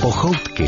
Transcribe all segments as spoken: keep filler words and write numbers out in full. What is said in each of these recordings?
Pochoutky.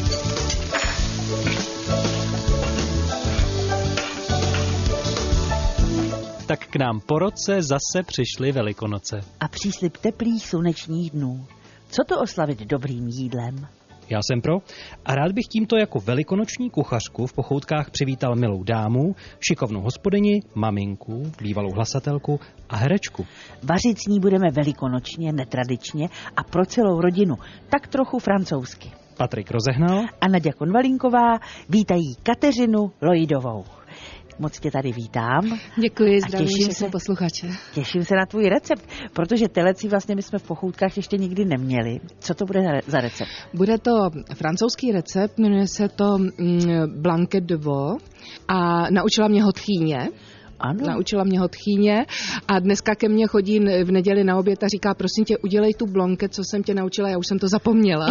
Tak k nám po roce zase přišly Velikonoce. A příslib teplých slunečních dnů. Co to oslavit dobrým jídlem? Já jsem pro a rád bych tímto jako velikonoční kuchařku v Pochoutkách přivítal milou dámu, šikovnou hospodyni, maminku, bývalou hlasatelku a herečku. Vařit s ní budeme velikonočně, netradičně a pro celou rodinu, tak trochu francouzsky. Patrik Rozehnal a Naďa Konvalinková vítají Kateřinu Lojdovou. Moc tě tady vítám. Děkuji, zdravím všechny posluchače. Těším se na tvůj recept, protože telecí vlastně my jsme v Pochoutkách ještě nikdy neměli. Co to bude za recept? Bude to francouzský recept, jmenuje se to mm, Blanquette de veau a naučila mě ho tchýně. Ano. Naučila mě ho tchýně a dneska ke mně chodí v neděli na oběd a říká, prosím tě, udělej tu blanquette, co jsem tě naučila, já už jsem to zapomněla.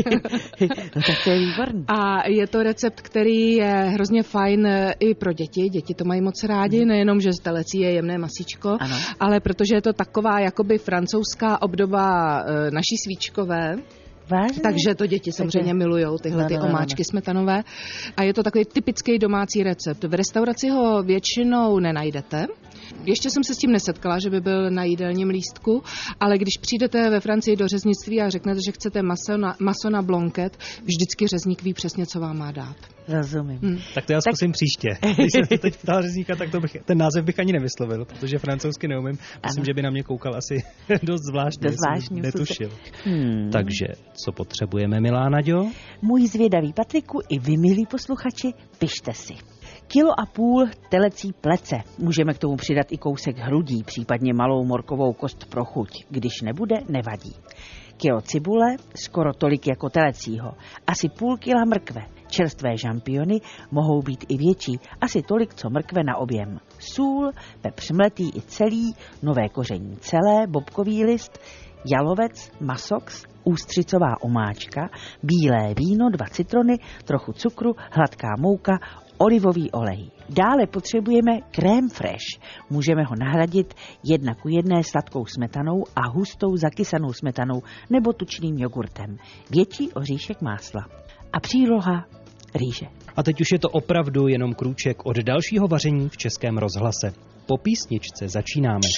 No tak to je výborný. A je to recept, který je hrozně fajn i pro děti. Děti to mají moc rádi, mm. nejenom, že z telecí je jemné masíčko, ano. ale protože je to taková jakoby francouzská obdoba naší svíčkové. Vážně? Takže to děti samozřejmě milujou, tyhle no, ty no, omáčky no, no. smetanové. A je to takový typický domácí recept. V restauraci ho většinou nenajdete. Ještě jsem se s tím nesetkala, že by byl na jídelním lístku, ale když přijdete ve Francii do řeznictví a řeknete, že chcete maso na, maso na blanquette, vždycky řezník ví přesně, co vám má dát. Rozumím. Hmm. Tak to já zkusím tak... příště. Když jsem se teď ptal řezníka, tak to bych, ten název bych ani nevyslovil, protože francouzsky neumím. Myslím, ano. že by na mě koukal asi dost zvláštně. Dost zvláštně. Netušil. Hmm. Takže, co potřebujeme, milá Naďo? Můj zvědavý Patriku i vy, milí posluchači, pište si. Kilo a půl telecí plece. Můžeme k tomu přidat i kousek hrudí, případně malou morkovou kost pro chuť. Když nebude, nevadí. Kilo cibule, skoro tolik jako telecího. Asi půl kila mrkve. Čerstvé žampiony mohou být i větší, asi tolik, co mrkve na objem. Sůl, pepř mletý i celý, nové koření celé, bobkový list, jalovec, masox, ústřicová omáčka, bílé víno, dva citrony, trochu cukru, hladká mouka, olivový olej. Dále potřebujeme crème fraîche. Můžeme ho nahradit jedna ku jedné sladkou smetanou a hustou zakysanou smetanou nebo tučným jogurtem. Větší oříšek másla. A příloha rýže. A teď už je to opravdu jenom krůček od dalšího vaření v Českém rozhlase. Po písničce začínáme.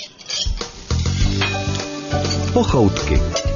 Pochoutky.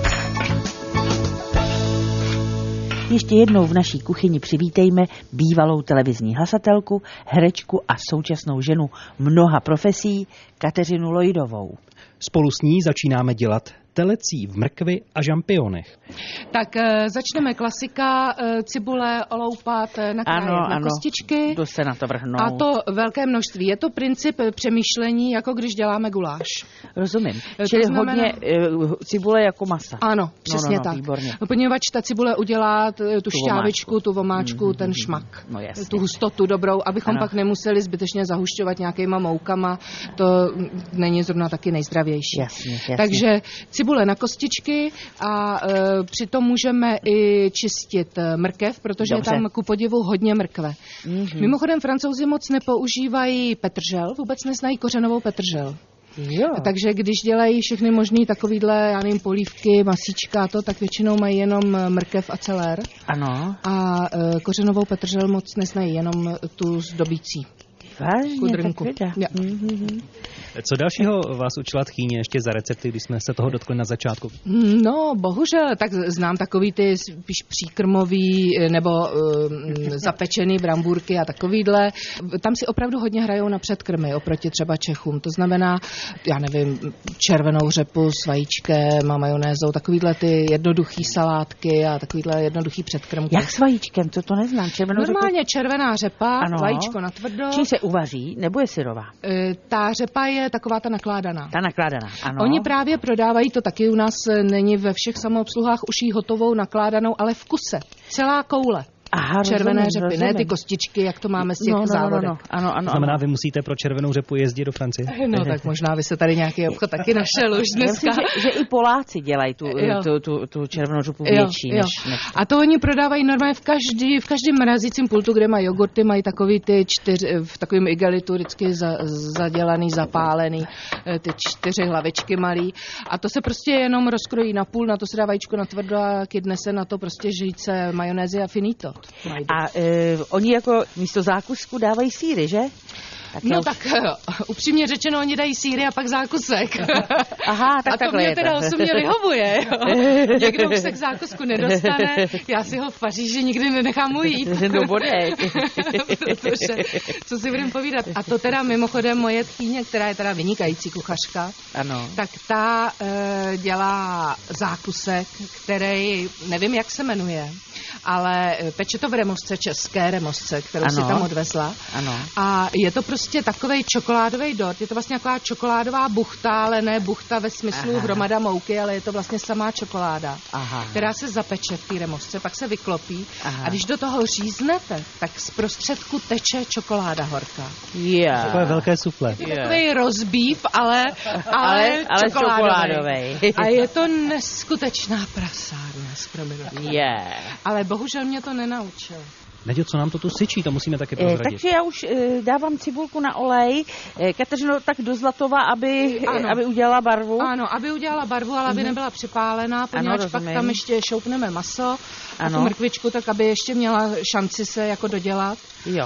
Ještě jednou v naší kuchyni přivítejme bývalou televizní hlasatelku, herečku a současnou ženu mnoha profesí Kateřinu Lojdovou. Spolu s ní začínáme dělat telecí v mrkvi a žampionech. Tak e, začneme klasika, e, cibule oloupat, nakrájet ano, na ano. kostičky. To se na to vrhnou. A to velké množství. Je to princip přemýšlení, jako když děláme guláš. Rozumím. Čili znamená... hodně e, cibule jako masa. Ano, přesně no, no, no, tak. Výborně. Poněvadž ta cibule udělá tu, tu šťávičku, tu vomáčku, mm-hmm, ten šmak. No, tu hustotu dobrou, abychom ano. pak nemuseli zbytečně zahušťovat nějakýma moukama. To není zrovna taky nejzdravější. Jasně, jasně. Takže cibule na kostičky a e, přitom můžeme i čistit mrkev, protože Dobře. je tam ku podivu hodně mrkve. Mm-hmm. Mimochodem Francouzi moc nepoužívají petržel, vůbec neznají kořenovou petržel. Jo. Takže když dělají všechny možný takovýhle, já nevím, polívky, masíčka a to, tak většinou mají jenom mrkev a celér. Ano. A e, kořenovou petržel moc neznají, jenom tu zdobící. Vážně, tak ja. mm-hmm. Co dalšího vás učila tchýně ještě za recepty, když jsme se toho dotkli na začátku? No, bohužel, tak znám takový ty spíš příkrmový nebo um, zapečený brambůrky a takovýhle. Tam si opravdu hodně hrajou na předkrmy oproti třeba Čechům. To znamená, já nevím, červenou řepu s vajíčkem a majonézou, takovýhle ty jednoduchý salátky a takovýhle jednoduchý předkrmky. Jak s vajíčkem? To to neznám. Červenou Normálně řepu... červená řepa, ano. vajíčko natvrdo. Čím se uvaří, nebo je syrová? E, ta řepa je taková ta nakládaná. Ta nakládaná, ano. Oni právě prodávají, to taky u nás není ve všech samoobsluhách už jí hotovou nakládanou, ale v kuse. Celá koule. Aha, červené rozumím, řepy, rozumím. ne ty kostičky, jak to máme z těch no, no, závodek. No, no, ano, ano, To znamená, ano. vy musíte pro červenou řepu jezdit do Francie? No tak možná by se tady nějaký obchod taky našel už Já dneska. myslím, že, že i Poláci dělají tu, tu, tu, tu červenou řepu větší. Jo, jo. Než, než... A to oni prodávají normálně v, každý, v každém mrazícím pultu, kde mají jogurty, mají takový ty čtyři, v takovém igelitu vždycky za, zadělaný, zapálený, ty čtyři hlavičky malý. A to se prostě jenom rozkrojí na půl, na to se dá vajíčko na tvrdo a kydne se na to prostě žíce majonézy a finito. A e, oni jako místo zákusku dávají sýry, že? Tak No já... tak upřímně řečeno, oni dají sýry a pak zákusek. Aha, tak a to takhle mě je teda to. osobně vyhovuje. Jo. Někdo už se k zákusku nedostane, já si ho v Paříži nikdy nenechám ujít. No bude. Protože, co si budeme povídat. A to teda mimochodem moje tchýně, která je teda vynikající kuchařka, Ano. tak ta e, dělá zákusek, který nevím, jak se jmenuje, ale peče to v remosce, české remosce, kterou Ano. si tam odvezla. Ano. A je to prostě takovej čokoládový dort, je to vlastně taková čokoládová buchta, ale ne buchta ve smyslu Aha. hromada mouky, ale je to vlastně samá čokoláda, Aha. která se zapeče v té remosce, pak se vyklopí. Aha. A když do toho říznete, tak z prostředku teče čokoláda horká. Yeah. To je velké sufle. Yeah. Takový rozbív, ale, ale, Ale, ale čokoládový. čokoládový. A je to neskutečná prasárna, s prominutím. Yeah. Ale bohužel mě to nenaučil. Neděl, co nám to tu syčí, to musíme taky Eh, prozradit. takže já už eh, dávám cibulku na olej. Eh, Kateřino, tak do zlatova, aby, eh, Ano. aby udělala barvu. Ano, aby udělala barvu, ale aby nebyla připálená, poněvadž pak rozumím. tam ještě šoupneme maso a Ano. tu mrkvičku, tak aby ještě měla šanci se jako dodělat. Jo.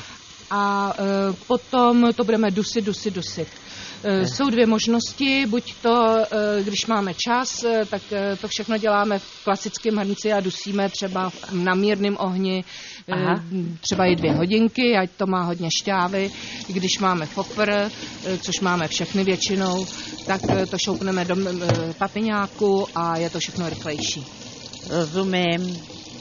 A e, potom to budeme dusit, dusit, dusit. E, jsou dvě možnosti, buď to, e, když máme čas, e, tak e, to všechno děláme v klasickém hrnci a dusíme třeba na mírném ohni e, Aha. třeba i dvě hodinky, ať to má hodně šťávy. Když máme fofr, e, což máme všechny většinou, tak e, to šoupneme do e, papiňáku a je to všechno rychlejší. Rozumím.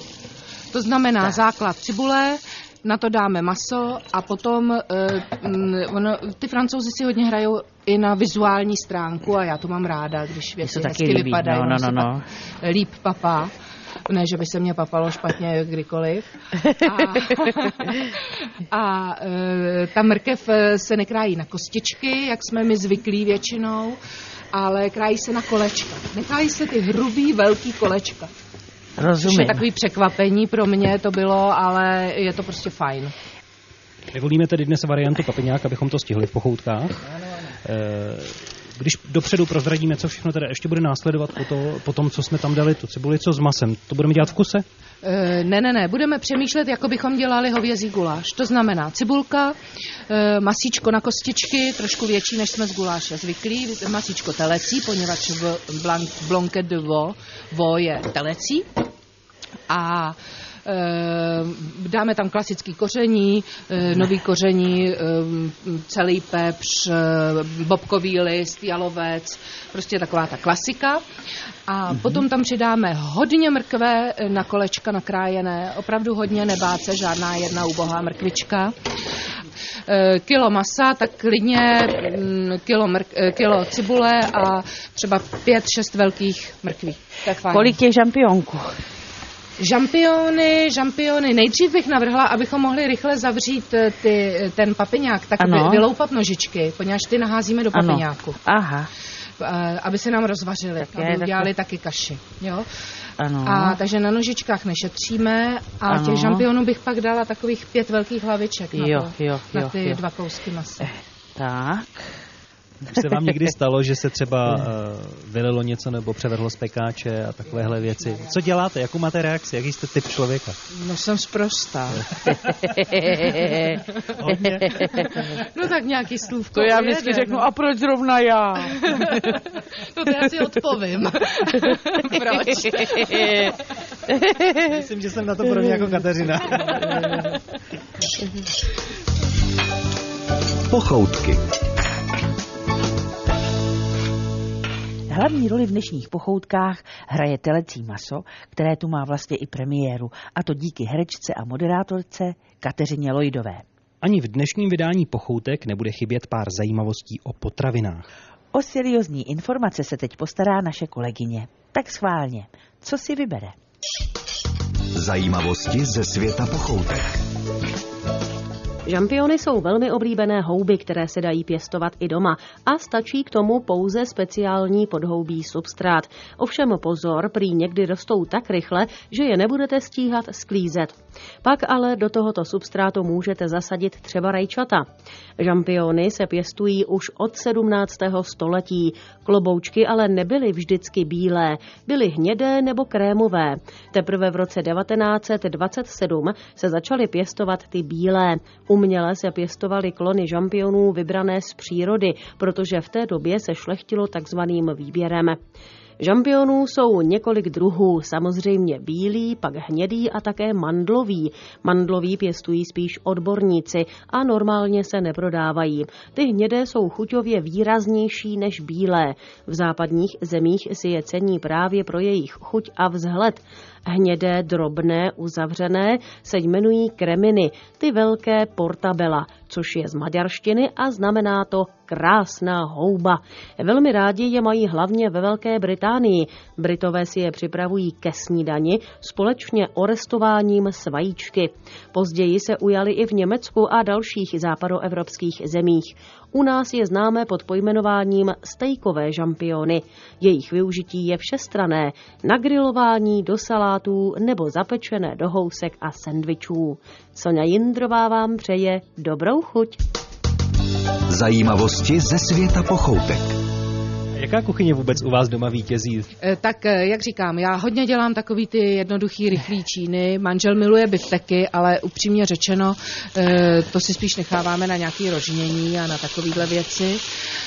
To znamená Tak. základ cibule, na to dáme maso a potom e, m, ono, ty Francouzi si hodně hrajou i na vizuální stránku a já to mám ráda, když věci to taky hezky líbí, vypadají. no, no, ono se no, no. pak líp papá. Ne, že by se mě papalo špatně kdykoliv. A, a e, ta mrkev se nekrájí na kostičky, jak jsme my zvyklí většinou, ale krájí se na kolečka. Nechájí se ty hrubý, velký kolečka. Což Rozumím. je takový překvapení pro mě to bylo, ale je to prostě fajn. Volíme tedy dnes variantu papiňák, abychom to stihli v pochoutkách. Eh, Když dopředu prozradíme, co všechno teda ještě bude následovat po, to, po tom, co jsme tam dali, tu cibuli, co s masem, to budeme dělat v kuse? E, ne, ne, ne, budeme přemýšlet, jako bychom dělali hovězí guláš. To znamená cibulka, e, masíčko na kostičky, trošku větší, než jsme z guláše zvyklí, masíčko telecí, poněvadž v blanc, blanquet de veau, veau je telecí. A e, dáme tam klasický koření, e, nový koření, e, celý pepř, e, bobkový list, jalovec, prostě taková ta klasika. A mm-hmm. potom tam přidáme hodně mrkve na kolečka nakrájené, opravdu hodně, nebát se, žádná jedna ubohá mrkvička. E, kilo masa, tak klidně mm, kilo, mrk, e, kilo cibule a třeba pět, šest velkých mrkví. Tak fajn. Kolik je žampionků? Žampiony, žampiony. Nejdřív bych navrhla, abychom mohli rychle zavřít ty, ten papiňák, tak Ano. vy, vyloupat nožičky, poněvadž ty naházíme do Ano. papiňáku. Aha. A, aby se nám rozvařily, Tak je, aby tak udělali je. taky kaši. Jo? Ano. A takže na nožičkách nešetříme a Ano. těch žampionů bych pak dala takových pět velkých hlaviček na, Jo, to, jo, na jo, ty jo. dva kousky masa. Tak. Už se vám někdy stalo, že se třeba uh, vylilo něco nebo převrhlo z pekáče a takovéhle věci? Co děláte? Jakou máte reakci? Jaký jste typ člověka? No jsem sprostá. Hodně. No tak nějaký slůvko. To já ujede, vždycky řeknu, no. a proč zrovna já? No to já si odpovím. Proč? Myslím, že jsem na to podobně jako Kateřina. Pochoutky. Hlavní roli v dnešních pochoutkách hraje telecí maso, které tu má vlastně i premiéru, a to díky herečce a moderátorce Kateřině Lojdové. Ani v dnešním vydání pochoutek nebude chybět pár zajímavostí o potravinách. O seriózní informace se teď postará naše kolegyně. Tak schválně, co si vybere? Zajímavosti ze světa pochoutek. Žampiony jsou velmi oblíbené houby, které se dají pěstovat i doma a stačí k tomu pouze speciální podhoubí substrát. Ovšem pozor, prý někdy rostou tak rychle, že je nebudete stíhat sklízet. Pak ale do tohoto substrátu můžete zasadit třeba rajčata. Žampiony se pěstují už od sedmnáctého století. Kloboučky ale nebyly vždycky bílé, byly hnědé nebo krémové. Teprve v roce devatenáct set dvacet sedm se začaly pěstovat ty bílé. Uměle se pěstovaly klony žampionů vybrané z přírody, protože v té době se šlechtilo takzvaným výběrem. Žampionů jsou několik druhů, samozřejmě bílý, pak hnědý a také mandlový. Mandlový pěstují spíš odborníci a normálně se neprodávají. Ty hnědé jsou chuťově výraznější než bílé. V západních zemích si je cení právě pro jejich chuť a vzhled. Hnědé, drobné, uzavřené se jmenují kreminy, ty velké portabella, což je z maďarštiny a znamená to krásná houba. Velmi rádi je mají hlavně ve Velké Británii. Britové si je připravují ke snídani společně orestováním s vajíčky. Později se ujali i v Německu a dalších západoevropských zemích. U nás je známé pod pojmenováním stejkové žampiony. Jejich využití je všestranné, na grilování, do salátů nebo zapečené do housek a sendvičů. Soňa Jindrová vám přeje dobrou chuť. Zajímavosti ze světa pochoutek. Jaká kuchyně vůbec u vás doma vítězí? Tak jak říkám, já hodně dělám takový ty jednoduchý, rychlý číny. Manžel miluje bifteky, ale upřímně řečeno, to si spíš necháváme na nějaké rožnění a na takovýhle věci.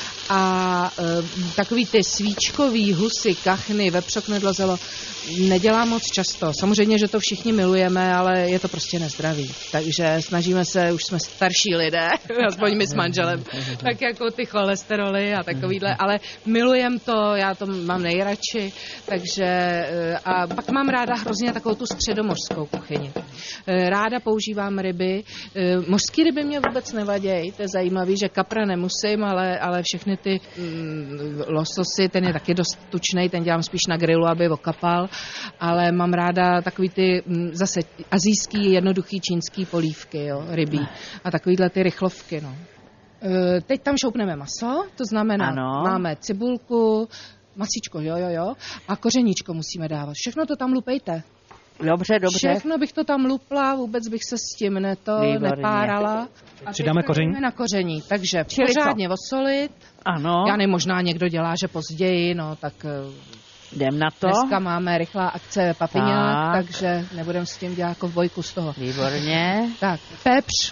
A e, takový ty svíčkový husy, kachny, vepřoknedlo, zelo nedělám moc často. Samozřejmě, že to všichni milujeme, ale je to prostě nezdravý. Takže snažíme se, už jsme starší lidé, aspoň my s manželem, tak jako ty cholesteroly a takovýhle, ale milujem to, já to mám nejradši, takže a pak mám ráda hrozně takovou tu středomořskou kuchyni. Ráda používám ryby. Mořský ryby mě vůbec nevadějí, to je zajímavý, že kapra nemusím, ale, ale všechny ty mm, lososy, ten je taky dost tučnej, ten dělám spíš na grilu, aby okapal, ale mám ráda takový ty mm, zase asijský, jednoduchý čínský polívky, jo, rybí a takovýhle ty rychlovky, no. E, teď tam šoupneme maso, to znamená, ano. Máme cibulku, masíčko, jo, jo, jo, a kořeníčko musíme dávat. Všechno to tam lupejte. Dobře, dobře. Všechno bych to tam lupla, vůbec bych se s tím neto Výborně. nepárala. A přidáme koření? na koření, takže Čili pořádně co? osolit. Ano. Já nevím, možná někdo dělá, že později, no tak jdem na to. Dneska máme rychlá akce papiňák, tak. takže nebudeme s tím dělat jako dvojku z toho. Výborně. Tak, pepř,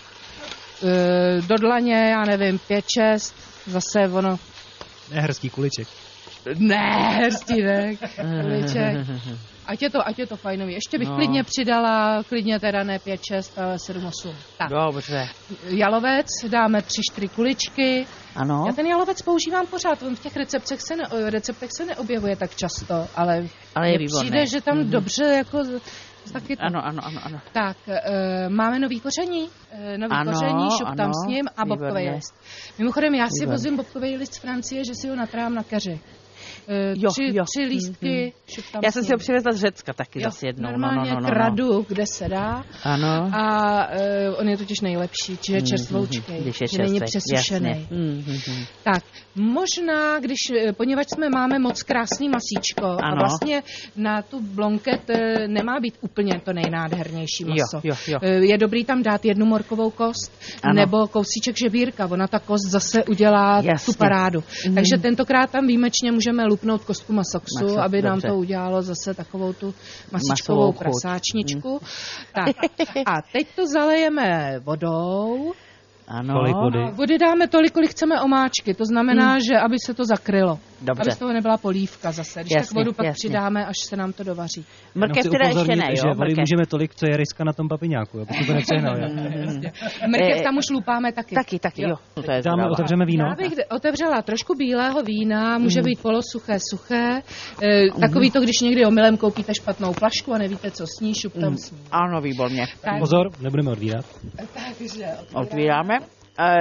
do dlaně, já nevím, pět, šest, zase ono... Ne hrstí kuliček. Ne, hrstí, ne, kuliček. Ať je to, ať je to fajnový. Ještě bych no. klidně přidala, klidně teda ne pět, šest, ale sedm, osm. Tak. Dobře. Jalovec, dáme tři, čtyři kuličky. Ano. Já ten jalovec používám pořád, on v těch receptech se, ne, receptech se neobjevuje tak často, ale, ale je výborné. Přijde, že tam mm-hmm. dobře jako... Taky to. Ano, ano, ano, ano. Tak, e, máme nový koření, e, nový ano, koření, šup ano, tam s ním a bobkový list. Mimochodem, já si Výborné. vozím bobkový list z Francie, že si ho natrám na keři. Uh, jo, tři, jo. tři lístky. Hmm. Já jsem si ho přivezla z Řecka taky jo, zase jednou. Normálně no, no, no, no. kradu, kde se dá. Ano. A uh, on je totiž nejlepší, čiže čerstvoučkej, mm, mm, že není přesušený. Mm, mm, mm. Tak, možná, když, poněvadž jsme máme moc krásný masíčko ano. a vlastně na tu blonket nemá být úplně to nejnádhernější maso. Jo, jo, jo. Je dobrý tam dát jednu morkovou kost ano. nebo kousíček žebírka, ona ta kost zase udělá Jasně. tu parádu. Mm. Takže tentokrát tam výjimečně můžeme lupnout kostku masoksu, Maso, aby nám dobře. to udělalo zase takovou tu masíčkovou prasáčničku. Mm. Tak. A teď to zalejeme vodou. Ano. Kolik vody? Vody dáme tolik, kolik chceme omáčky. To znamená, hmm. že aby se to zakrylo. Dobře. Aby z toho nebyla polívka zase. Když jasně, tak vodu pak jasně. přidáme, až se nám to dovaří. Mrkev teda ještě ne, jo? Že vody můžeme tolik, co je ryska na tom papiňáku, pokud to nepřehnal. Mrkev tam už lupáme taky. Taky, taky, jo. jo. To je dáme, otevřeme víno. Já bych otevřela trošku bílého vína, může být polosuché, suché. E, takový to, když někdy omylem koupíte špatnou flašku a nevíte, co s ní, šup tam s ní. Ano, výborně. Tak. Pozor, nebudeme otvírat. Takže otvíráme.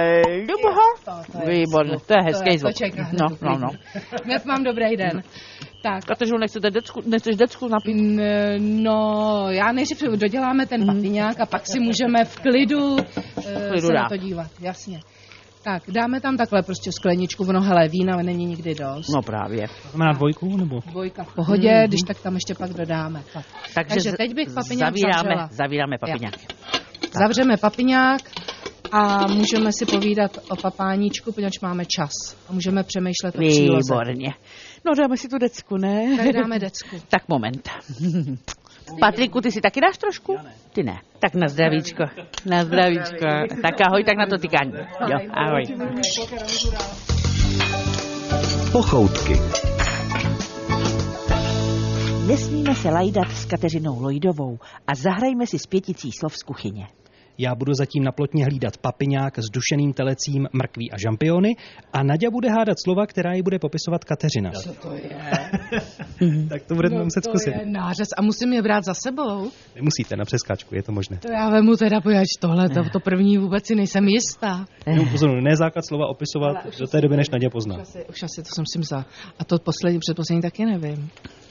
Ljuboho? Výborně, to je hezký zvuk. No, no, no. Hned mám dobrý den. Tak. Kateřino, nechcete decku, nechceš decku napít? No, já nejdřív doděláme ten papiňák a pak si můžeme v klidu, v klidu se dát. na to dívat. Jasně. Tak, dáme tam takhle prostě skleničku, ono hele, vína není nikdy dost. No právě. To znamená dvojku, nebo? Dvojka v pohodě, mm. když tak tam ještě pak dodáme. Tak. Takže, Takže teď bych papiňák zavíráme, zavřela. zavíráme papiňák. Zavřeme papiňák a můžeme si povídat o papáníčku, poněvadž máme čas. A můžeme přemýšlet o příloze. Výborně. No dáme si tu decku, ne? Tak dáme decku. Tak moment. Patriku, ty si taky dáš trošku? Ty ne. Tak na zdravíčko. Na zdravíčko. Tak ahoj, tak na to tykání. Jo, ahoj. Pochoutky. Nesmíme se lajdat s Kateřinou Lojdovou a zahrajme si s pěticí slov z kuchyně. Já budu zatím na plotně hlídat papiňák s dušeným telecím, mrkví a žampiony a Naďa bude hádat slova, která ji bude popisovat Kateřina. Co to je? Tak to budeme no, muset to zkusit. Je nářez a musím je brát za sebou? Nemusíte, na přeskáčku, je to možné. To já vemu teda pojač tohle, to, to první vůbec si nejsem jistá. Jenom pozor, ne základ slova opisovat do té doby, než Naďa pozná. Už asi, už asi to jsem si za. A to poslední, předposlední taky nevím.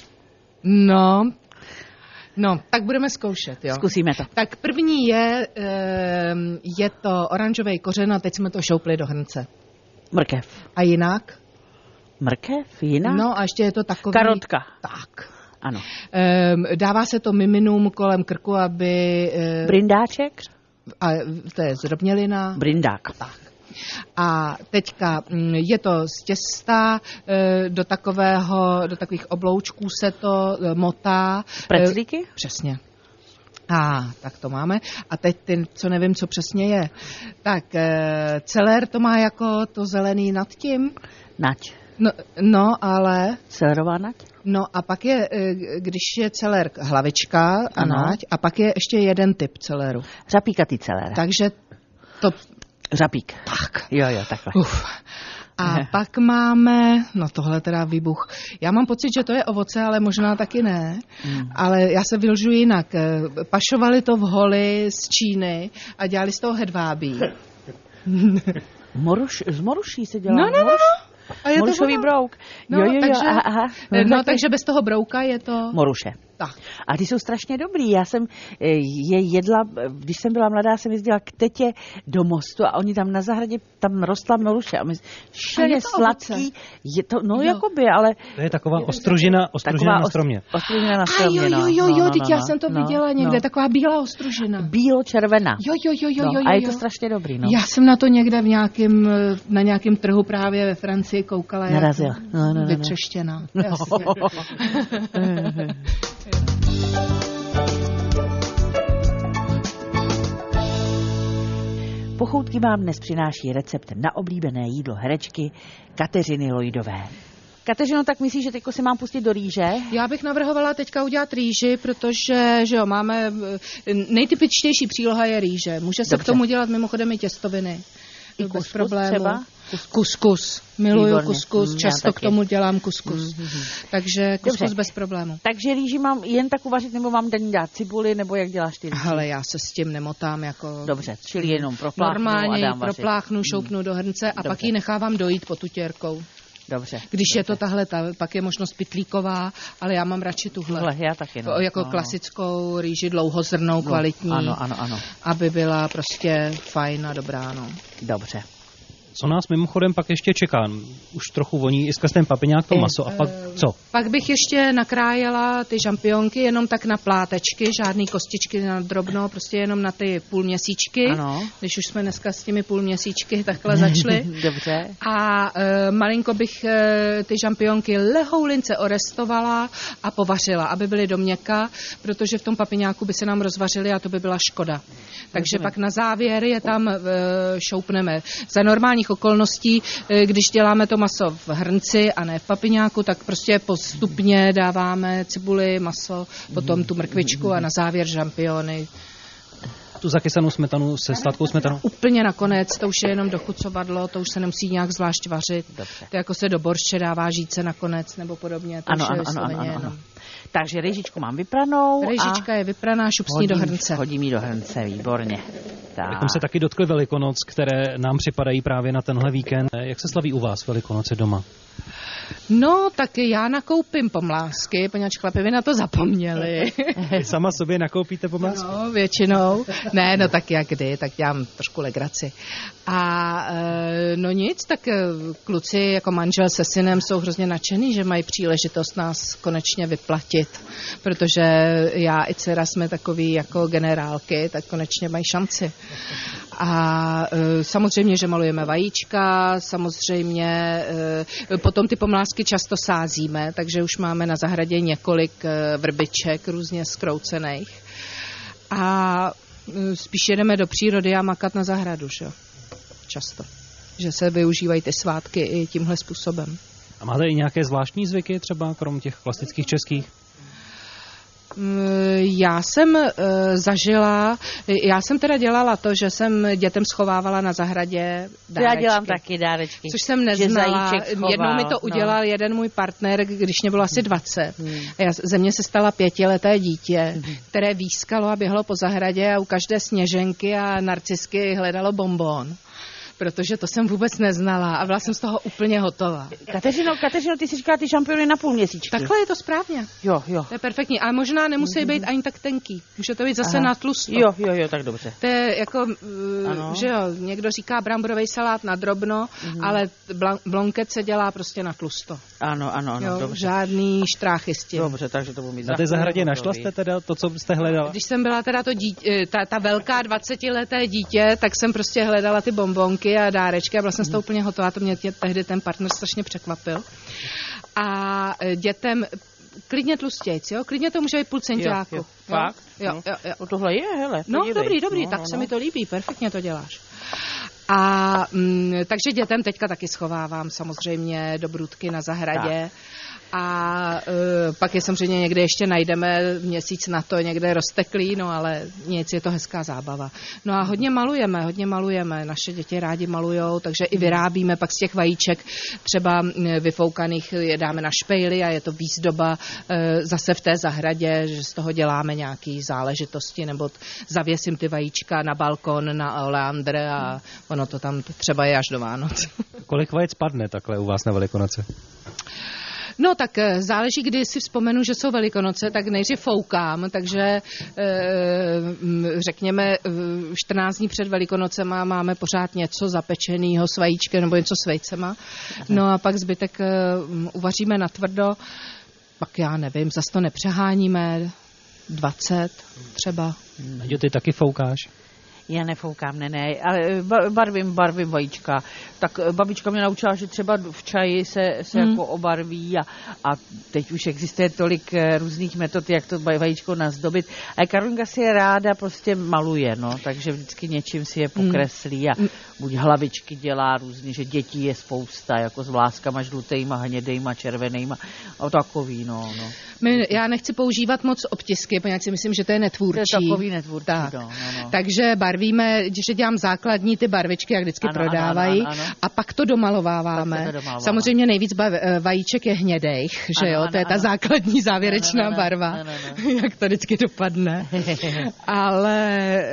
No, no, tak budeme zkoušet, jo. Zkusíme to. Tak první je, je to oranžový kořen a teď jsme to šoupli do hrnce. Mrkev. A jinak? Mrkev, jinak? No a ještě je to takový... Karotka. Tak. Ano. Dává se to miminům kolem krku, aby... Brindáček? A to je zdrobnělina. Brindák. Tak. A teďka je to z těsta, do takového, do takových obloučků se to motá. Preclíky? Přesně. A tak to máme. A teď ty, co nevím, co přesně je. Tak celer to má jako to zelený nad tím. Nať. No, no ale... Celerová nať? No a pak je, když je celer hlavička a ano. nať, a pak je ještě jeden typ celeru. Řapíkatý celer. Takže to... Řapík. Tak. Jo, jo, takhle. Uf. A pak máme, no tohle teda výbuch. Já mám pocit, že to je ovoce, ale možná taky ne. Mm. Ale já se vylžu jinak. Pašovali to v holi z Číny a dělali z toho hedvábí. Moruš, z moruší se dělá. No, no, no, no. A je Morušový to brouk. No, jo, jo, jo, takže, aha, aha. No, no takže bez toho brouka je to... Moruše. Tak. A ty jsou strašně dobrý. Já jsem je jedla, když jsem byla mladá, jsem jezdila k tetě do Mostu a oni tam na zahradě, tam rostla moruše. A my šelně sladký. Je to, no, jo. jakoby, ale... To je taková ostružina, ostružina taková na stromě. Ostružina na stromě, A jo, jo, jo, no, jo, no, teď no, já no, jsem to no, viděla někde, no. taková bílá ostružina. Bílo-červená. Jo, jo, jo, jo, no, jo, a je jo. to strašně dobrý, no. Já jsem na to někde v nějakém, na nějakém trhu právě ve Francii koukala. Narazila. No, no, no, vytřeštěná. No. Pochoutky vám dnes přináší recept na oblíbené jídlo herečky Kateřiny Lojdové. Kateřino, tak myslíš, že teďko se mám pustit do rýže? Já bych navrhovala teďka udělat rýži, protože že jo, máme nejtypičtější příloha je rýže. Může se Dobře. k tomu dělat mimochodem i těstoviny. I bez kuskus problému. třeba? Kuskus. Miluju Výborně. kuskus, Mm, často k tomu dělám kuskus. Mm, mm, mm. Takže kuskus Dobře. bez problému. Takže rýži mám jen tak uvařit, nebo mám do ní dát cibuli, nebo jak děláš ty rýži? Ale já se s tím nemotám jako... Dobře, čili jenom propláchnu Normálně a ji dám vařit. propláchnu, šoupnu do hrnce a Dobře. pak ji nechávám dojít potutěrkou. Dobře. Když dobře. je to tahle, ta, pak je možnost pytlíková, ale já mám radši tuhle. Tuhle, já taky. No. To jako no, klasickou rýži, dlouhozrnou, kvalitní. Ano, ano, ano. Aby byla prostě fajn a dobrá, no. Dobře. Co nás mimochodem pak ještě čeká? Už trochu voní i skrz ten papiňák to maso. A pak co? Pak bych ještě nakrájela ty žampionky jenom tak na plátečky, žádný kostičky na drobno, prostě jenom na ty půlměsíčky. Ano. Když už jsme dneska s těmi půlměsíčky takhle začali. Dobře. A e, malinko bych e, ty žampionky lehoulince orestovala a povařila, aby byly do měka, protože v tom papiňáku by se nám rozvařily a to by byla škoda. Takže pak na závěr je tam e, šoupneme. Za normálních okolností, e, když děláme to maso v hrnci a ne v papiňáku, tak prostě postupně dáváme cibuli, maso, potom tu mrkvičku a na závěr žampiony. Tu zakysanou smetanu se sladkou smetanou? Úplně nakonec, to už je jenom dochucovadlo, to už se nemusí nějak zvlášť vařit. Dobře. To jako se do borště dává žíce nakonec nebo podobně. To Ano, už je ano, ano, ano, ano. jenom. Takže rejžičku mám vypranou. Rejžička je vypraná, šupsní do hrnce. Hodím ji do hrnce, výborně. Tak. Bychom se taky dotkli Velikonoc, které nám připadají právě na tenhle víkend. Jak se slaví u vás Velikonoce doma? No, tak já nakoupím pomlásky, poněvadž chlapi by na to zapomněli. Sama sobě nakoupíte pomlásky? No, většinou. Ne, no tak jak kdy, tak dělám trošku legraci. A no nic, tak kluci jako manžel se synem jsou hrozně nadšený, že mají příležitost nás konečně vyplatit, protože já i dcera jsme takový jako generálky, tak konečně mají šanci. A e, samozřejmě, že malujeme vajíčka, samozřejmě e, potom ty pomlásky často sázíme, takže už máme na zahradě několik e, vrbiček různě zkroucených. A e, spíš jedeme do přírody a makat na zahradu, že? Často. Že se využívají ty svátky i tímhle způsobem. A máte i nějaké zvláštní zvyky, třeba krom těch klasických českých? Já jsem e, zažila, já jsem teda dělala to, že jsem dětem schovávala na zahradě dárečky. Já dělám taky dárečky. Což jsem neznala. Jednou mi to udělal no. jeden můj partner, když mě bylo asi dvacet. Hmm. A já, ze mě se stala pětileté dítě, hmm. které výskalo a běhlo po zahradě a u každé sněženky a narcisky hledalo bonbon. Protože to jsem vůbec neznala a byla jsem z toho úplně hotová. Kateřino, Kateřino, ty si říkala ty šampiony na půl měsíčky. Takhle je to správně. Jo, jo. To je perfektní, ale možná nemusí mm-hmm. být ani tak tenký. Může to být zase Aha. na tlusto. Jo, jo, jo, tak dobře. To je jako, uh, že jo, někdo říká bramborový salát na drobno, mm-hmm. ale blan- blonket se dělá prostě na tlusto. Ano, ano, ano, jo, dobře. Žádný štráchy s tím. Dobře, takže to budu mít. Na té zahradě našla jste teda to, co jste hledala? Když jsem byla teda to dítě, ta, ta velká dvacetileté dítě, tak jsem prostě hledala ty bonbonky a dárečky a byla jsem z toho úplně hotová, to mě tě, tehdy ten partner strašně překvapil. A dětem klidně tlustějc, jo? Klidně to může být půl centiáku. Jo, jo. Fakt? Jo, no. jo, jo. O tohle je, hele. No, podívej. dobrý, dobrý, no, tak no, se no. mi to líbí, perfektně to děláš. A mm, takže dětem teďka taky schovávám samozřejmě do brůdky na zahradě. Tak. A uh, pak je samozřejmě někde ještě najdeme měsíc na to, někde rozteklý, no ale nic, je to hezká zábava. No a hodně malujeme, hodně malujeme, naše děti rádi malujou, takže i vyrábíme pak z těch vajíček třeba vyfoukaných je dáme na špejly a je to výzdoba uh, zase v té zahradě, že z toho děláme nějaký záležitosti, nebo zavěsím ty vajíčka na balkon, na oleandr a ono to tam třeba je až do Vánoc. Kolik vajec padne takhle u vás na Velikonoce? No tak záleží, kdy si vzpomenu, že jsou Velikonoce, tak nejdřív foukám, takže řekněme čtrnáct dní před Velikonocema máme pořád něco zapečenýho s vajíčkem nebo něco s vejcema. No a pak zbytek uvaříme natvrdo, pak já nevím, zase to nepřeháníme, dvacet třeba. A ty taky foukáš? Já nefoukám, ne, ne, ale barvím, barvím vajíčka. Tak babička mě naučila, že třeba v čaji se, se hmm. jako obarví a, a teď už existuje tolik různých metod, jak to vajíčko nazdobit. A Karolinka si je ráda prostě maluje, no, takže vždycky něčím si je pokreslí a buď hlavičky dělá různě, že dětí je spousta, jako s vláskama žlutejma, hnědejma, červenejma a takový, no, no. My, já nechci používat moc obtisky, protože si myslím, že to je netvůrčí. To je takový netvůrčí, tak. no, no, no. Takže barvíme, že dělám základní ty barvičky, jak vždycky ano, prodávají, ano, ano, ano. A pak to domalováváme. To domalováváme. Samozřejmě nejvíc bav, vajíček je hnědejch, že ano, jo, ano, to je ta ano. základní závěrečná ano, ano, barva, ano, ano. Jak to vždycky dopadne. Ale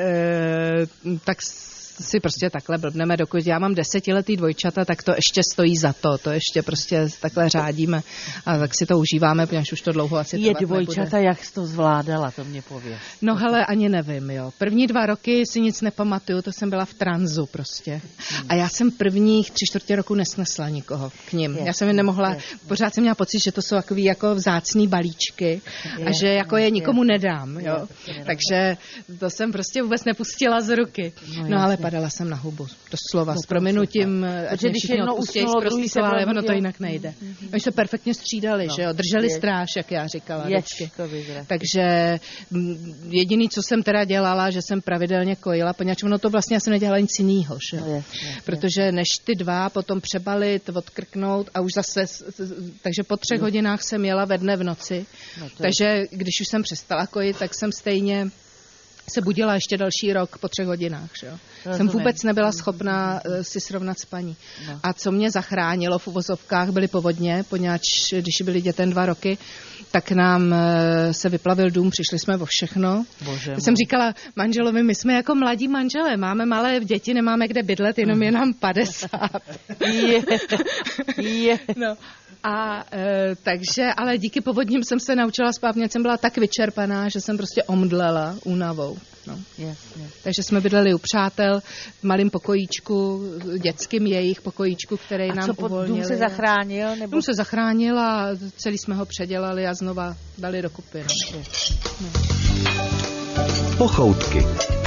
e, tak si prostě takhle blbneme, dokud já mám desetiletý dvojčata, tak to ještě stojí za to, to ještě prostě takhle řádíme a tak si to užíváme, protože už to dlouho asi je dvojčata, nebude. Jak jsi to zvládala, to mě pověz. No hele, ani nevím, jo. První dva roky si nic nepamatuju, to jsem byla v tranzu prostě. Hmm. A já jsem prvních tři čtvrtě roku nesnesla nikoho k nim. Je, já jsem je nemohla, je, pořád jsem měla pocit, že to jsou takový jako vzácný balíčky je, a že jako je nikomu je, nedám, jo. Je, takže to jsem prostě vůbec nepustila z ruky. No, no ale padala jsem na hubu, doslova, s prominutím, protože když jedno usnulo, druhý se ale ono to jinak nejde. Mm-hmm. Oni se perfektně střídali, no, že jo, drželi je, stráž, jak já říkala je, vždycky. Takže jediný, co jsem teda dělala, že jsem pravidelně kojila, poněvadž ono to vlastně já jsem nedělala nic jinýho, že jo. Je, je, protože je. Než ty dva potom přebalit, odkrknout a už zase, takže po třech no. hodinách jsem jela ve dne v noci, no takže když už jsem přestala kojit, tak jsem stejně se budila ještě další rok po třech hodinách. Že jo? Rozumím. Jsem vůbec nebyla schopná uh, si srovnat spaní. No. A co mě zachránilo v uvozovkách, byly povodně, poněvadž když byly dětem dva roky, tak nám uh, se vyplavil dům, přišli jsme o všechno. Bože jsem říkala manželovi, my jsme jako mladí manželé, máme malé děti, nemáme kde bydlet, jenom je nám padesát. Je, je. No. A e, takže, ale díky povodním jsem se naučila spát, mě jsem byla tak vyčerpaná, že jsem prostě omdlela únavou. No. Jasně. Takže jsme bydleli u přátel v malém pokojíčku, dětským jejich pokojíčku, který a nám co, uvolnili. dům se zachránil? Nebo... Dům se zachránil a celý jsme ho předělali a znova dali dokupy. No. No. Pochoutky.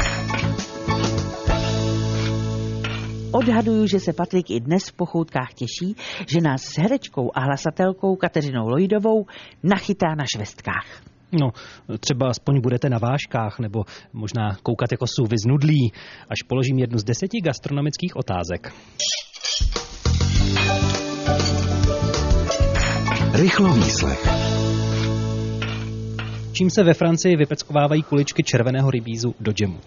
Odhaduju, že se Patrik i dnes v Pochoutkách těší, že nás s herečkou a hlasatelkou Kateřinou Lojdovou nachytá na švestkách. No, třeba aspoň budete na vážkách, nebo možná koukat jako jsou vyznudlí, až položím jednu z deseti gastronomických otázek. Rychlovýslech. Čím se ve Francii vypeckovávají kuličky červeného rybízu do džemu?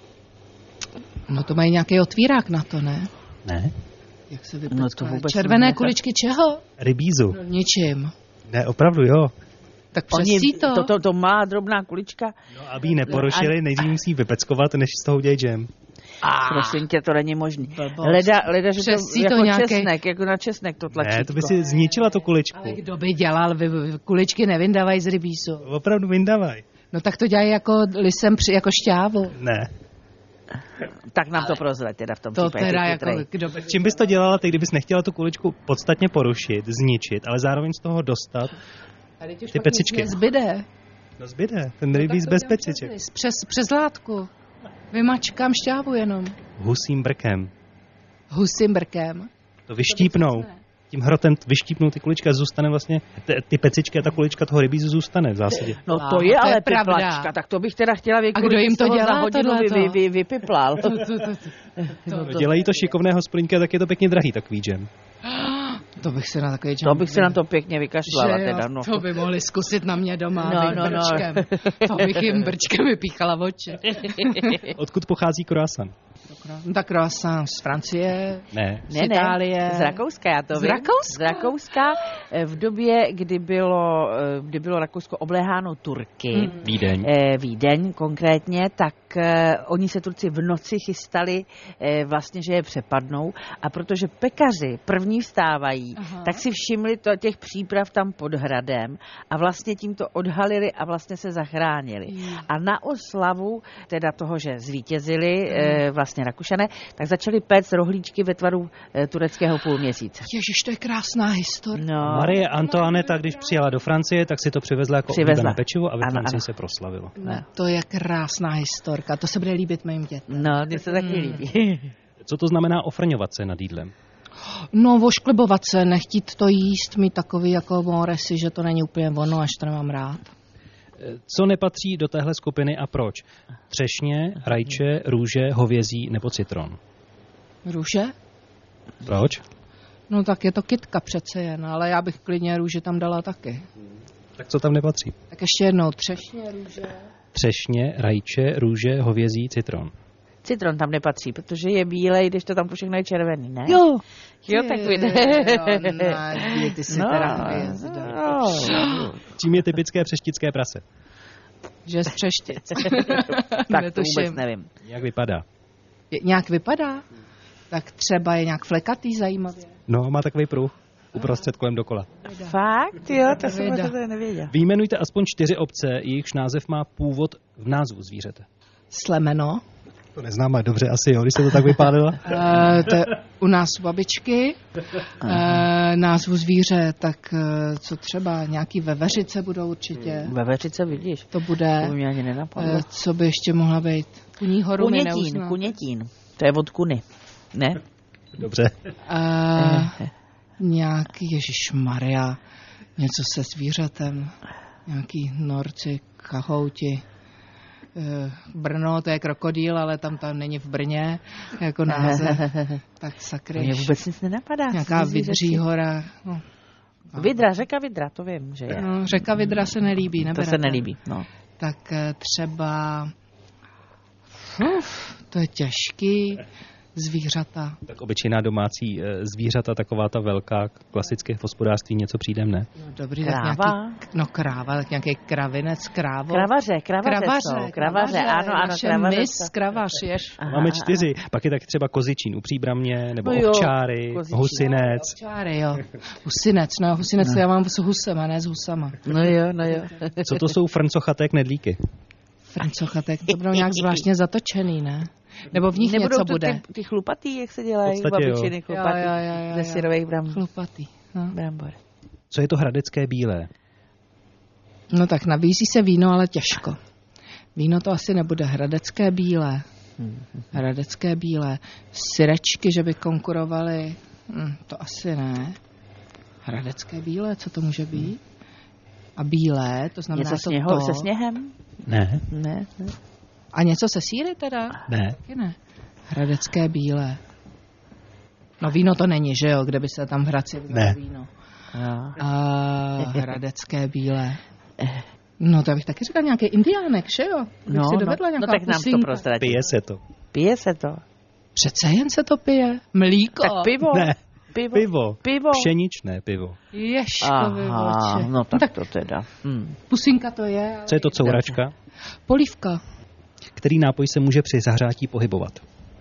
No to mají nějaký otvírák na to, ne? Ne? Jak se No to vůbec červené ne, kuličky čeho? Rybízu. No, ničím. Ne, opravdu jo. Tak Oni, přesí to. to, to, to má drobná kulička. No, aby ji neporošili, nejdřív musí vypeckovat, než z toho udělají džem. A prosím tě, to není možný. Blbost. Leda, leda, že to Přesí jako to nějaký- česnek, jako na česnek to tlačítko. Ne, to by si zničila tu kuličku. Ale kdo by dělal, vy, vy kuličky nevyndávají z rybízu. Opravdu vyndavaj. No tak to dělají jako lisem při, jako šťávu. Ne. Tak nám to prozveď teda v tom To případě. teda ty jako, chytrej. kdo by... Čím bys to dělala, ty kdybys nechtěla tu kuličku podstatně porušit, zničit, ale zároveň z toho dostat ty pecičky. Nezbyde. No zbyde, ten rybíz bez peciček. Přes, přes látku. Vymačkám šťávu jenom. Husím brkem. Husím brkem. To vyštípnou. Tím hrotem vyštípnou ty kuličky a zůstane vlastně, ty, ty pecičky a ta kulička toho rybízu zůstane v zásadě. No Aha, to je to ale je pravda. piplačka, tak to bych teda chtěla vědět. A kdo jim to dělá, za hodinu vy, tohleto? vy, vy, vypiplal. No, dělají to šikovné hospodinky a tak je to pěkně drahý takový džem. To bych se na takový To bych se na to pěkně vykašlala že jo, teda. No. to by mohli zkusit na mě doma, No, no, no, no. brčkem. To bych jim brčkem vypíchala v oči. Odkud pochází croissant? No, tak croissant z Francie, Ne. z Ne, ne, Itálie. z Rakouska, já to Z vím. Rakouska? Z Rakouska, v době, kdy bylo, kdy bylo Rakousko obléháno Turky, Hmm. Vídeň. eh, Vídeň konkrétně, tak eh, oni se Turci v noci chystali eh, vlastně, že je přepadnou a protože pekaři první vstávají, Aha. tak si všimli to, těch příprav tam pod hradem a vlastně tím to odhalili a vlastně se zachránili. Hmm. A na oslavu teda toho, že zvítězili eh, vlastně Rakušané, tak začali péct rohlíčky ve tvaru eh, tureckého půlměsíce. Ježiš, to je krásná historie. No, Marie Antoineta, když přijela do Francie, tak si to přivezla jako Přivezla. oblíbené pečivo a ve Ano, Francii ano. se proslavilo. No, to je krásná historka, to se bude líbit mým dětem. no, mně se taky Hmm. líbí. Co to znamená ofrňovat se nad jídlem? No, vošklebovat se, nechtít to jíst, mít takový jako moresy, že to není úplně ono, až to nemám rád. Co nepatří do téhle skupiny a proč? Třešně, rajče, růže, hovězí nebo citron. Růže? Proč? No tak je to kytka přece jen, ale já bych klidně růže tam dala taky. Tak co tam nepatří? Tak ještě jednou, třešně, růže. Třešně, rajče, růže, hovězí, citron. Citron tam nepatří, protože je bílej, když to tam všechno je červený, ne? Jo. Jo, tak vidíte. Jo, ty jsi No, teda hvězda. no. Čím je typické přeštické prase? Že z Třeštic. Tak to vůbec Netuším. nevím. Jak vypadá? Je, nějak vypadá? Tak třeba je nějak flekatý zajímavě. No, má takový pruh uprostřed kolem dokola. Fakt, jo, to jsem Věda. to nevěděla. Vyjmenujte aspoň čtyři obce, jejichž název má původ v názvu zvířete. Slemeno. To neznáme, dobře, asi jo, když se to tak vypálilo. Uh, to je u nás u babičky. Uh, názvu zvíře, tak uh, co třeba, nějaký veveřice budou určitě. Ve Veřice vidíš, To bude, to by mě ani nenapadlo. uh, co by ještě mohla být? Kuní horu mi Kunětín, neuznám. kunětín. To je od kuny, ne? Dobře. Uh, nějaký, ježišmarja, něco se zvířetem. Nějaký norci, kahouti. Uh, Brno, to je krokodýl, ale tam tam není v Brně, jako název. Tak Mně sakryš. vůbec nic nenapadá. Nějaká Cizí řeči. Vidří hora. No. Vidra, řeka Vidra, to vím, že je. No, řeka Vidra se nelíbí, To neberete. se nelíbí, no. Tak eh, třeba Uf, to je těžký. Zvířata. Tak obyčejná domácí zvířata, taková ta velká, klasické v hospodářství něco přijde, ne? No, dobrý, Kráva? tak nějaký, no kráva, tak nějaký kravinec, krávo. Kravaře, kravaře, Kravaře, jsou, kravaře, ano, ano, naše kravaře. mis, jsou. kravař, ješ. Aha, Máme aha. čtyři, pak je tak třeba kozičín u Příbramě, nebo No jo, ovčáry, kozičín. husinec. Čáry, jo. Husinec, no, husinec, no. Já mám s husem, a ne s husama. No jo, no jo. Co to jsou frncochaté knedlíky? Francochatek, to budou nějak zvláštně zatočený, ne? Nebo v nich Nebudou něco to bude. Ty, ty chlupatý, jak se dělají, V podstatě, babičiny jo. chlupatý, Jo, jo, jo, jo, ze jo. syrových bram, Chlupatý. No. brambor. Co je to hradecké bílé? no tak nabízí se víno, ale těžko. Víno to asi nebude. Hradecké bílé. Hradecké bílé. Syrečky, že by konkurovaly, hm, to asi ne. Hradecké bílé, co to může být? A bílé, to znamená Něco to sněho, to. se sněhem? Ne, Ne, ne. A něco se sýry teda? ne. Taky ne. Hradecké bílé. No víno to není, že jo? Kde by se tam v Hradci vzalo Ne. víno? No. A hradecké bílé. No to bych taky říkal nějaký indiánek, že jo? Bych No, si no. dovedla nějaká no tak nám to pusinka. prozradí. Pije se to. Pije se to. Přece jen se to pije. Mlíko. Tak pivo. Ne, Pivo. pivo. Pivo. Pšeničné pivo. Ješkovi Aha, oči. no tak, tak to teda. Hm. pusinka to je. Ale... Co je to couračka? Polívka. Který nápoj se může při zahřátí pohybovat?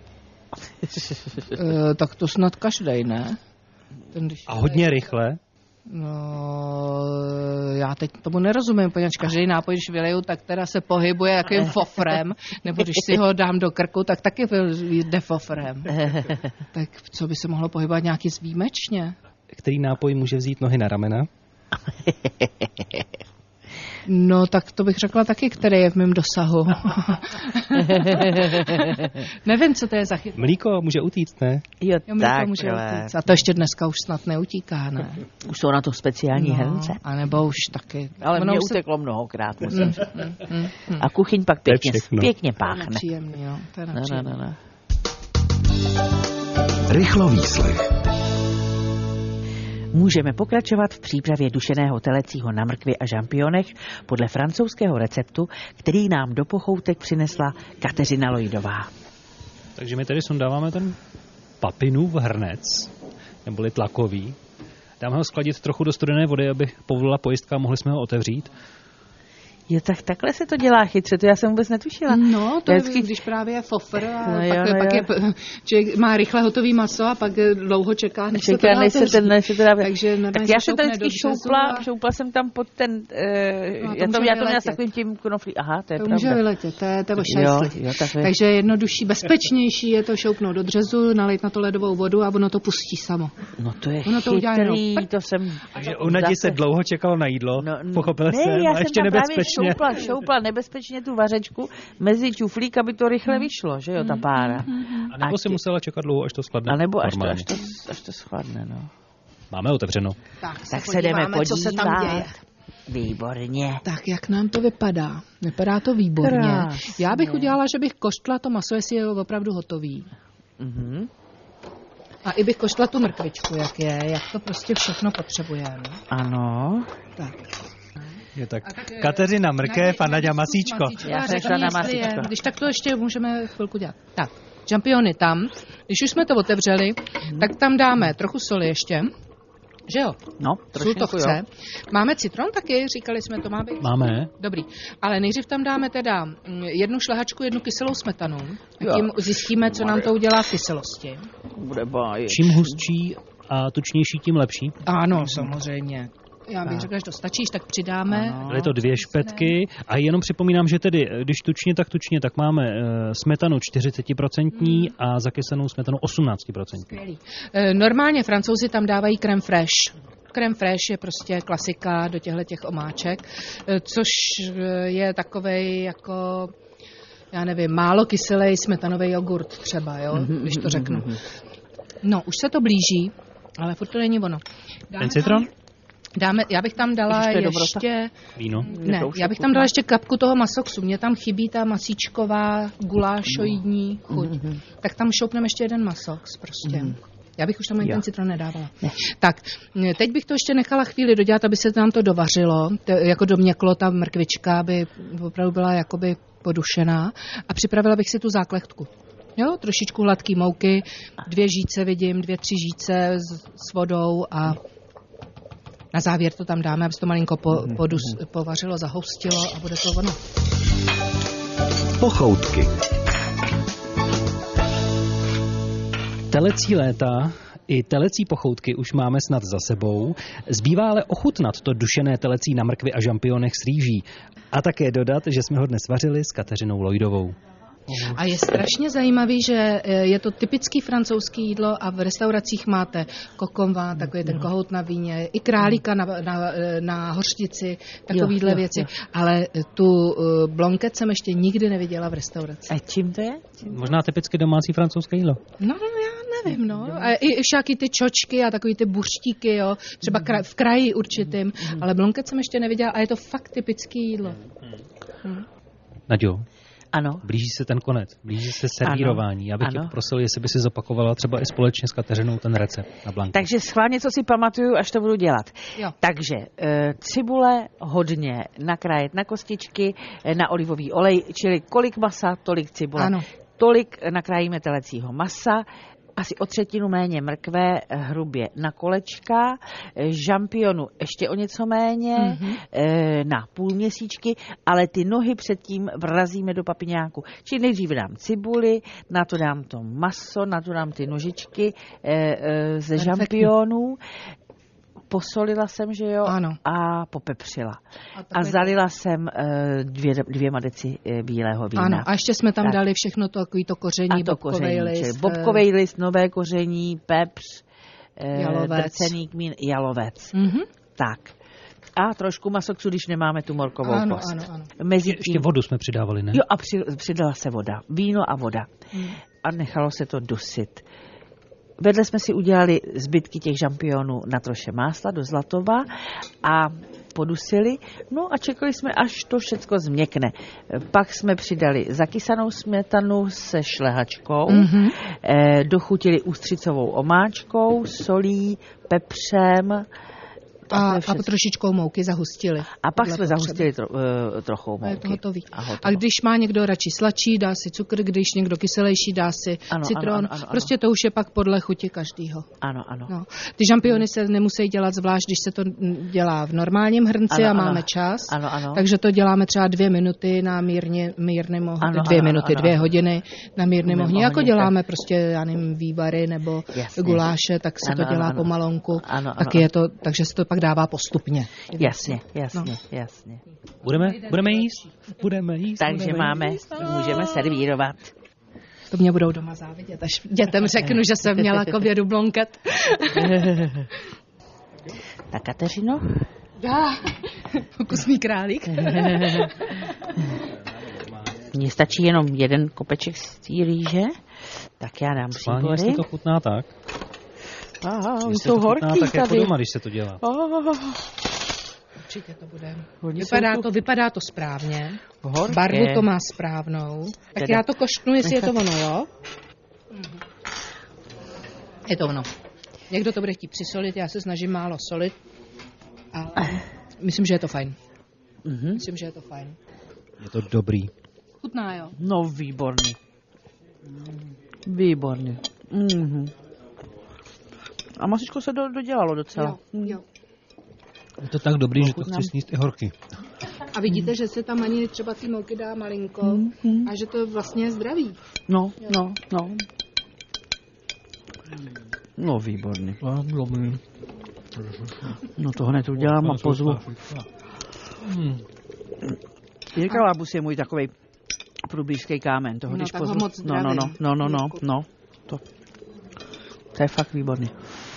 e, tak to snad každej, ne? Ten, když A hodně rychle? No, já teď tomu nerozumím, poněvadž každý nápoj, když vyleju, tak teda se pohybuje jakým fofrem, nebo když si ho dám do krku, tak taky jde fofrem. Tak co by se mohlo pohybovat nějaký výjimečně? Který nápoj může vzít nohy na ramena? No, tak to bych řekla taky, který je v mém dosahu. Nevím, co to je za chyb. Mlíko může utíct, ne? Jo, Jo, mlíko tak, může utíct. A to ještě dneska už snad neutíká, ne? Už jsou na to speciální No, hrnce. a nebo už taky. Ale Ono mě už se- uteklo mnohokrát, musím říct. Mm, mm, mm. A kuchyň pak To je pěkně, všechno. pěkně To je páchne. nepříjemný, jo. To je No, no, nepříjemný. no, no. Rychlovýslech. Můžeme pokračovat v přípravě dušeného telecího na mrkvi a žampionech podle francouzského receptu, který nám do pochoutek přinesla Kateřina Lojdová. Takže my tady sundáváme ten papinův hrnec, neboli tlakový. Dáme ho skladit trochu do studené vody, aby povolila pojistka a mohli jsme ho otevřít. Jo, tak takhle se to dělá chytře, to já jsem vůbec netušila. No, to je, Vždycky- když právě je fofr a No pak, jo, no pak jo. je, člověk má rychle hotový maso a pak dlouho čeká, než se to Čeká, dá než se otevřít. ten, než se to dá... Takže normálně tak se já jsem to šoupne vždycky do dřezu šoupla, a- šoupla jsem tam pod ten, uh, No, to já, to, může já to měla s vyletět. takovým tím knoflí, aha, to je To pravda. může vyletět, to je, to je Jo, ošajsli. jo, tak je. Takže jednodušší, bezpečnější je to šoupnout do dřezu, nalejt na to ledovou vodu a ono to pustí samo. No to je Ono to udělá jenom chytrý, prd. to jsem... Takže u Nadi se dlouho čekalo na jídlo, No, pochopil ne, jsem, já a jsem ještě tam nebezpečně. právě šoupla, šoupla nebezpečně tu vařečku mezi čuflík, aby to rychle vyšlo, že jo, ta pára. A nebo A si ti- musela čekat dlouho, až to skladne. A nebo až to, normálně. až to, až to schladne, no. Máme otevřeno. Tak, Tak se jdeme podíváme, co se tam děje. podívat. Výborně. Tak jak nám to vypadá? Vypadá to výborně. Krásně. Já bych udělala, že bych koštla to maso, jestli je opravdu hotový. Mhm. A i bych koštla tu mrkvičku, jak je, jak to prostě všechno potřebujeme. Ano. Tak. Je tak. Kateřina mrkev a Naďa masíčko. Já jsem šla na masíčko. Když tak to ještě můžeme chvilku dělat. Tak, žampiony tam. Když už jsme to otevřeli, tak tam dáme trochu soli ještě. Že jo? No, Sůl trošku to chce. Máme citron taky, říkali jsme, to má být. Máme. Dobrý, ale nejdřív tam dáme teda mm, jednu šlehačku, jednu kyselou smetanu. Jo. A tím zjistíme, co nám to udělá v kyselosti. Bude bájet. Čím hustší a tučnější, tím lepší. Ano, samozřejmě. Já bych Tak. řekla, že to stačí, tak přidáme. Ano. Byly to dvě špetky a jenom připomínám, že tedy, když tučně, tak tučně, tak máme eh, smetanu čtyřicet procent a zakysanou smetanu osmnáct procent. Skvělý. E, Normálně Francouzi tam dávají crème fraîche. Crème fraîche je prostě klasika do těchto těch omáček, e, což e, je takovej jako, já nevím, málo kyselý smetanový jogurt třeba, jo, když to řeknu. No, už se to blíží, ale furt to není ono. Dáme Ten citron? Tam, dáme, já bych tam dala Ježiš, to je dobrota. ještě... Víno. Ne, to už já se bych tam chutná. dala ještě kapku toho masoksu. Mně tam chybí ta masíčková gulášoidní chuť. Tak tam šoupneme ještě jeden masoks prostě. Já bych už tam ani Jo. ten citron nedávala. Ne. Tak, teď bych to ještě nechala chvíli dodělat, aby se nám to dovařilo, to, jako doměklo ta mrkvička, aby opravdu byla jakoby podušená a připravila bych si tu zákletku. Jo, trošičku hladký mouky, dvě žíce vidím, dvě, tři žíce s, s vodou a na závěr to tam dáme, aby se to malinko po, podus, povařilo, zahoustilo a bude to ono. Pochoutky. Telecí léta i telecí pochoutky už máme snad za sebou. Zbývá ale ochutnat to dušené telecí na mrkvi a žampionech s rýží. A také dodat, že jsme ho dnes vařili s Kateřinou Lojdovou. A je strašně zajímavý, že je to typický francouzský jídlo a v restauracích máte kokomva, takový ten kohout na víně, i králíka na, na, na hořčici, takovýhle Jo, jo, věci. jo. Ale tu uh, blonket jsem ještě nikdy neviděla v restauraci. A čím to je? Čím? Možná typicky domácí francouzské jídlo. No, já nevím, no. A i, i všaky ty čočky a takový ty buřtíky, jo. Třeba kra, v kraji určitým. Ale blonket jsem ještě neviděla a je to fakt typický jídlo. Hm. Naďo, Ano. blíží se ten konec, blíží se servírování. Já bych tě Ano. poprosil, jestli by si zopakovala třeba i společně s Kateřinou ten recept na blanku. Takže schválně, co si pamatuju, až to budu dělat. Jo. Takže e, cibule hodně nakrájet na kostičky, e, na olivový olej, čili kolik masa, tolik cibule. Ano. Tolik nakrájíme telecího masa, asi o třetinu méně mrkve, hrubě na kolečka, e, žampionu ještě o něco méně, mm-hmm. e, na půl měsíčky, ale ty nohy předtím vrazíme do papiňáku. Čili nejdřív dám cibuli, na to dám to maso, na to dám ty nožičky e, e, ze Perfektní. žampionů. Posolila jsem, že jo, Ano. a popepřila. A A, takové- zalila jsem e, dvě, dvěma deci e, bílého vína. Ano, a ještě jsme tam Tak. dali všechno to, takový to koření, A to bobkovej koření, list. čili bobkovej list, nové koření, pepř, e, Jalovec. drcený kmín, jalovec. Mhm. Tak. A trošku masokřu, když nemáme tu morkovou Ano, kost. ano, ano. Mezi Ještě tím, vodu jsme přidávali, ne? jo, a při, přidala se voda. Víno a voda. Hmm. A nechalo se to dusit. Vedle jsme si udělali zbytky těch žampionů na troše másla do zlatova a podusili. No a čekali jsme, až to všecko změkne. Pak jsme přidali zakysanou smetanu se šlehačkou, Mhm. eh, dochutili ústřicovou omáčkou, solí, pepřem. A, to je a všecko. trošičkou mouky zahustili. A pak Podle jsme potřeby. zahustili tro, uh, trochou mouky. A je to hotový. A, hotovo. A když má někdo radši sladší, dá si cukr, když někdo kyselější, dá si Ano, citron. ano, ano, ano, Prostě to už je pak podle chuti každýho. Ano, ano. No. Ty žampiony se nemusí dělat zvlášť, když se to dělá v normálním hrnci Ano, a ano. máme čas. Ano, ano. Takže to děláme třeba dvě minuty na mírně, mírném ohni. Ano, Dvě ano, minuty, ano, dvě ano. hodiny na mírném Mírném ohni. Jako ohni, děláme prostě, já nevím, vývary nebo Jasně. guláše, tak se Ano, to dělá ano, ano. pomalonku. Ano, ano, Taky ano. je to, takže se to pak dává postupně. Jasně, jasně, No. jasně. Budeme, budeme jíst? Budeme jíst? Takže budeme máme, jíst. můžeme servírovat. To mě budou doma závidět, až dětem řeknu, že jsem měla k obědu blonket. Tak Kateřino? Já, pokusný králík. Mně stačí jenom jeden kopeček z té rýže, tak já dám Schválně, příbory. jestli to chutná tak. Aha, Jestli jsou to chutná horký tak jako tady. doma, když se to dělá. Oh, Určitě to bude. Oni Vypadá jsou to, vypadá to správně. horké. Barvu to má správnou. Tak Teda. já to koštnu, jestli je to ono, jo? Je to ono. Někdo to bude chtít přisolit, já se snažím málo solit. Ale myslím, že je to fajn. Mhm. Myslím, že je to fajn. Je to dobrý. Chutná, jo? No, výborný. Výborný. Mhm. A masičko se do, dodělalo docela. Jo, jo. Je to tak dobrý, že to Ochutnám. chci sníst i horky. A vidíte, že se tam ani třeba ty mouky dá malinko Mhm. a že to vlastně je zdravý. No, no, no. No, výborný. Dobrý. No toho hned udělám a pozvu. Hmm. Jirka Labus je můj takovej průbířský kámen. Toho, No, když tak ho pozvu. moc no, no, no, zdravím. no, no, no, Jirku. no. To, to je fakt výborný.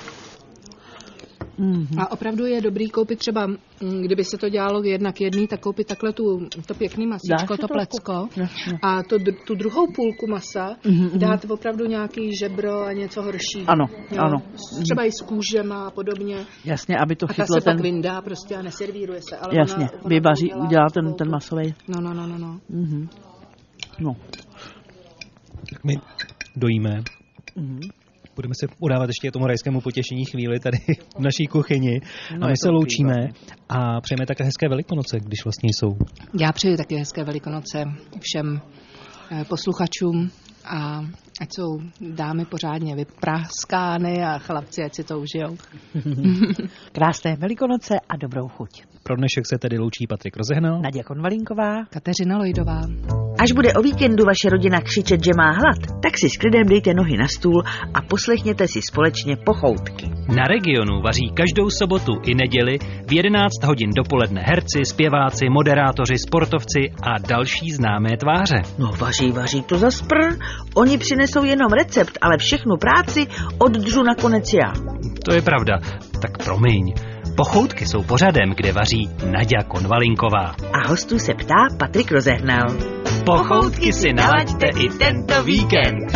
Mhm. A opravdu je dobrý koupit třeba, mm, kdyby se to dělalo jednak jedný, tak koupit takhle tu, to pěkný Dá masíčko, se to trochu. plecko. Jasně. A to, dr- tu druhou půlku masa Mhm, dát opravdu nějaký žebro a něco horší. Ano, jo? ano. Třeba i s kůžema a podobně. Jasně, aby to A ta chytlo se ten... pak vyndá prostě a neservíruje se. Ale Jasně, ona, ona vyvaří, udělá udělá ten, takovou ten tu- masový. No, no, no, no, no. Mhm. No. Tak my dojíme, Mhm. Budeme se udávat ještě tomu rajskému potěšení chvíli tady v naší kuchyni. No, a my se loučíme a přejeme také hezké Velikonoce, když vlastně jsou. Já přeji také hezké Velikonoce všem posluchačům a ať jsou dámy pořádně vypráskány a chlapci, ať si to užijou. Krásné Velikonoce a dobrou chuť. Pro dnešek se tedy loučí Patrik Rozehnal, Naděja Konvalinková, Kateřina Lojdová. Až bude o víkendu vaše rodina křičet, že má hlad, tak si s klidem dejte nohy na stůl a poslechněte si společně pochoutky. Na Regionu vaří každou sobotu i neděli v jedenáct hodin dopoledne herci, zpěváci, moderátoři, sportovci a další známé tváře. No vaří, vaří to zas prr. Oni přinesou jenom recept, ale všechnu práci oddřu nakonec já. To je pravda, tak promiň. Pochoutky jsou pořadem, kde vaří Naďa Konvalinková. A hostů se ptá Patrik Rozehnal. Pochoutky si nalaďte i tento víkend.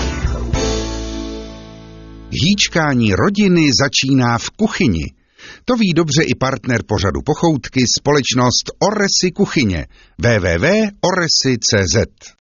Hýčkání rodiny začíná v kuchyni. To ví dobře i partner pořadu Pochoutky, společnost Orresy Kuchyně. w w w tečka orresy tečka cz